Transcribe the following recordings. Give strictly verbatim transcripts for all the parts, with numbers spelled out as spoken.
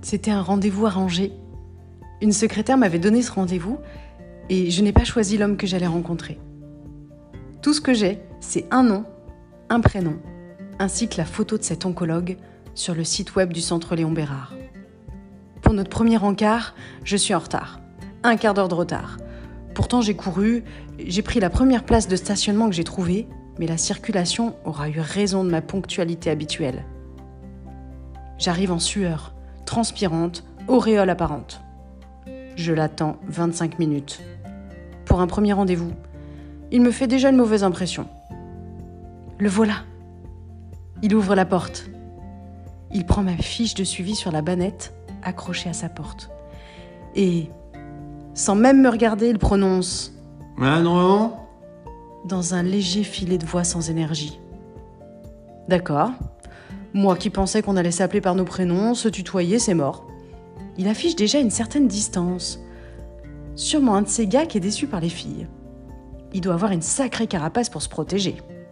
C'était un rendez-vous arrangé. Une secrétaire m'avait donné ce rendez-vous et je n'ai pas choisi l'homme que j'allais rencontrer. Tout ce que j'ai, c'est un nom, un prénom, ainsi que la photo de cet oncologue sur le site web du Centre Léon Bérard. Pour notre premier encart, je suis en retard. Un quart d'heure de retard. Pourtant, j'ai couru, j'ai pris la première place de stationnement que j'ai trouvée, mais la circulation aura eu raison de ma ponctualité habituelle. J'arrive en sueur, transpirante, auréole apparente. Je l'attends vingt-cinq minutes. Pour un premier rendez-vous, il me fait déjà une mauvaise impression. Le voilà. Il ouvre la porte. Il prend ma fiche de suivi sur la bannette, accrochée à sa porte. Et, sans même me regarder, il prononce « Ah non ?» dans un léger filet de voix sans énergie. D'accord. Moi qui pensais qu'on allait s'appeler par nos prénoms, se tutoyer, c'est mort. Il affiche déjà une certaine distance. Sûrement un de ces gars qui est déçu par les filles. Il doit avoir une sacrée carapace pour se protéger.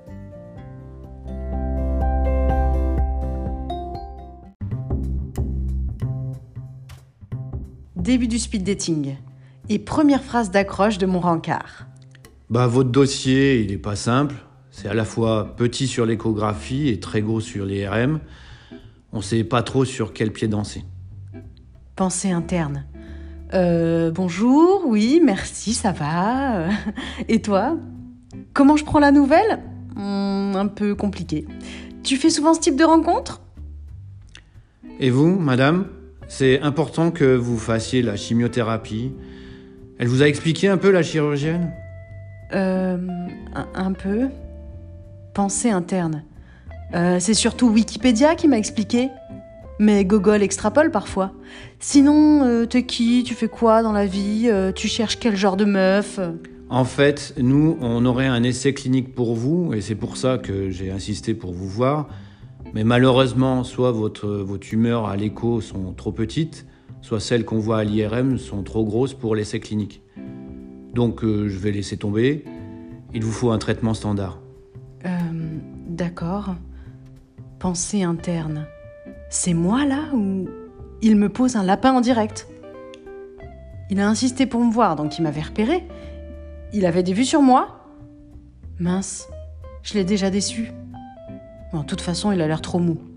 Début du speed dating. Et première phrase d'accroche de mon rencard. Bah, votre dossier, il est pas simple. C'est à la fois petit sur l'échographie et très gros sur les R M. On sait pas trop sur quel pied danser. Pensée interne. Euh, bonjour, oui, merci, ça va. Et toi? Comment je prends la nouvelle? Hum, Un peu compliqué. Tu fais souvent ce type de rencontre? Et vous, madame? C'est important que vous fassiez la chimiothérapie. Elle vous a expliqué un peu, la chirurgienne? Euh, un, un peu. Pensée interne. Euh, c'est surtout Wikipédia qui m'a expliqué. Mais Gogol extrapole parfois. Sinon, euh, t'es qui? Tu fais quoi dans la vie? euh, Tu cherches quel genre de meuf? En fait, nous, on aurait un essai clinique pour vous, et c'est pour ça que j'ai insisté pour vous voir. Mais malheureusement, soit votre, vos tumeurs à l'écho sont trop petites, soit celles qu'on voit à l'I R M sont trop grosses pour l'essai clinique. Donc, euh, je vais laisser tomber. Il vous faut un traitement standard. Euh, d'accord. Pensée interne. C'est moi, là, ou il me pose un lapin en direct? Il a insisté pour me voir, donc il m'avait repéré. Il avait des vues sur moi? Mince, je l'ai déjà déçu. Bon, de toute façon, il a l'air trop mou.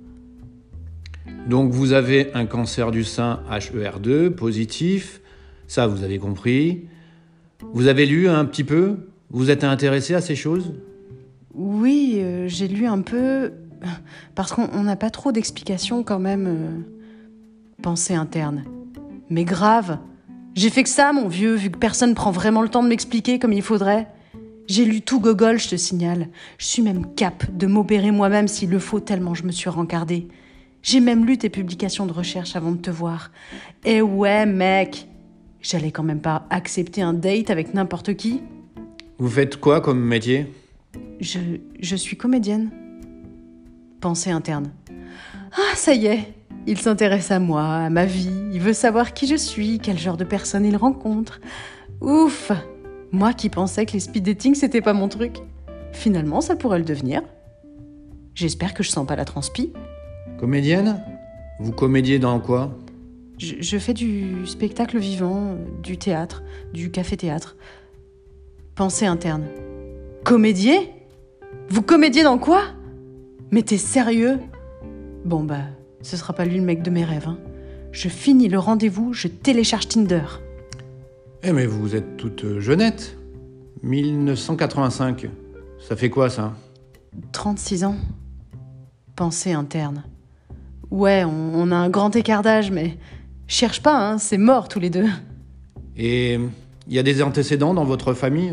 Donc, vous avez un cancer du sein H E R deux positif. Ça, vous avez compris. Vous avez lu un petit peu? Vous êtes intéressé à ces choses? Oui, euh, j'ai lu un peu... Parce qu'on n'a pas trop d'explications quand même. Euh... Pensée interne. Mais grave. J'ai fait que ça, mon vieux, vu que personne prend vraiment le temps de m'expliquer comme il faudrait. J'ai lu tout Gogol, je te signale. Je suis même cap de m'opérer moi-même s'il le faut, tellement je me suis rencardée. J'ai même lu tes publications de recherche avant de te voir. Eh ouais, mec, j'allais quand même pas accepter un date avec n'importe qui. Vous faites quoi comme métier? Je, je suis comédienne. Pensée interne. Ah, ça y est, il s'intéresse à moi, à ma vie. Il veut savoir qui je suis, quel genre de personne il rencontre. Ouf! Moi qui pensais que les speed dating, c'était pas mon truc. Finalement, ça pourrait le devenir. J'espère que je sens pas la transpi. Comédienne? Vous comédiez dans quoi? Je, je fais du spectacle vivant, du théâtre, du café-théâtre. Pensée interne. Comédier? Vous comédiez dans quoi? Mais t'es sérieux? Bon bah, ce sera pas lui le mec de mes rêves. Hein. Je finis le rendez-vous, je télécharge Tinder. Eh mais vous êtes toute jeunette. mille neuf cent quatre-vingt-cinq. Ça fait quoi, ça? trente-six ans. Pensée interne. Ouais, on, on a un grand écart d'âge, mais cherche pas, hein, c'est mort tous les deux. Et il y a des antécédents dans votre famille?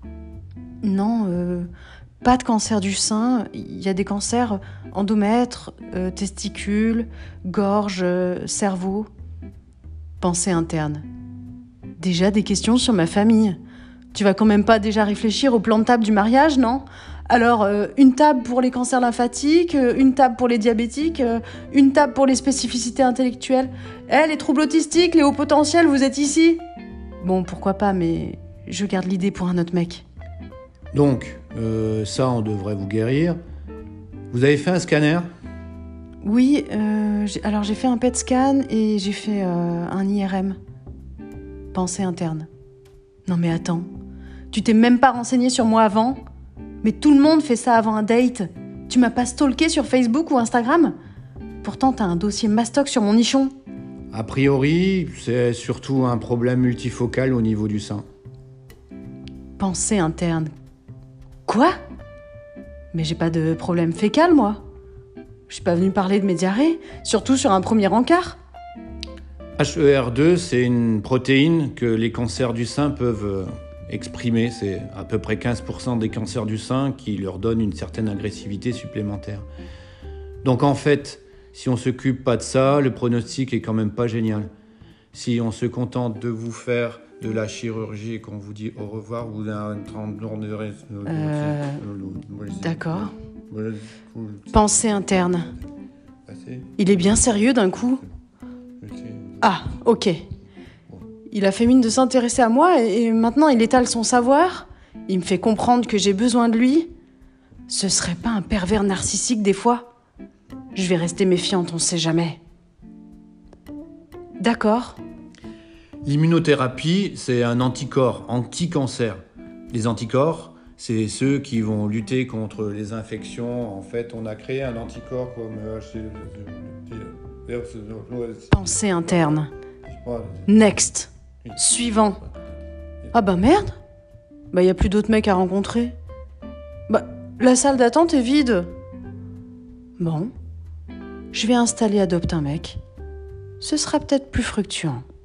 Non, euh, pas de cancer du sein. Il y a des cancers endomètre, euh, testicules, gorge, euh, cerveau. Pensée interne. Déjà des questions sur ma famille. Tu vas quand même pas déjà réfléchir au plan de table du mariage, non? Alors, euh, une table pour les cancers lymphatiques, euh, une table pour les diabétiques, euh, une table pour les spécificités intellectuelles. Eh, les troubles autistiques, les hauts potentiels, vous êtes ici? Bon, pourquoi pas, mais je garde l'idée pour un autre mec. Donc, euh, ça, on devrait vous guérir. Vous avez fait un scanner? Oui, euh, j'ai- alors j'ai fait un P E T scan et j'ai fait euh, un I R M. Pensée interne. Non mais attends, tu t'es même pas renseigné sur moi avant? Mais tout le monde fait ça avant un date. Tu m'as pas stalké sur Facebook ou Instagram? Pourtant t'as un dossier mastoc sur mon nichon. A priori, c'est surtout un problème multifocal au niveau du sein. Pensée interne. Quoi? Mais j'ai pas de problème fécal, moi. Je suis pas venue parler de mes diarrhées, surtout sur un premier encart. H E R deux, c'est une protéine que les cancers du sein peuvent euh, exprimer. C'est à peu près quinze pour cent des cancers du sein qui leur donnent une certaine agressivité supplémentaire. Donc en fait, si on s'occupe pas de ça, le pronostic est quand même pas génial. Si on se contente de vous faire de la chirurgie et qu'on vous dit au revoir, vous avez un trente jours de reste. Euh, D'accord. Pensée interne. Il est bien sérieux d'un coup? Ah, ok. Il a fait mine de s'intéresser à moi et et maintenant il étale son savoir. Il me fait comprendre que j'ai besoin de lui. Ce serait pas un pervers narcissique des fois? Je vais rester méfiante, on sait jamais. D'accord. L'immunothérapie, c'est un anticorps, anti-cancer. Les anticorps, c'est ceux qui vont lutter contre les infections. En fait, on a créé un anticorps comme... Pensée interne. Next. Suivant. Ah bah merde. Bah y a plus d'autres mecs à rencontrer. Bah, la salle d'attente est vide. Bon. Je vais installer Adopte un mec. Ce sera peut-être plus fructueux.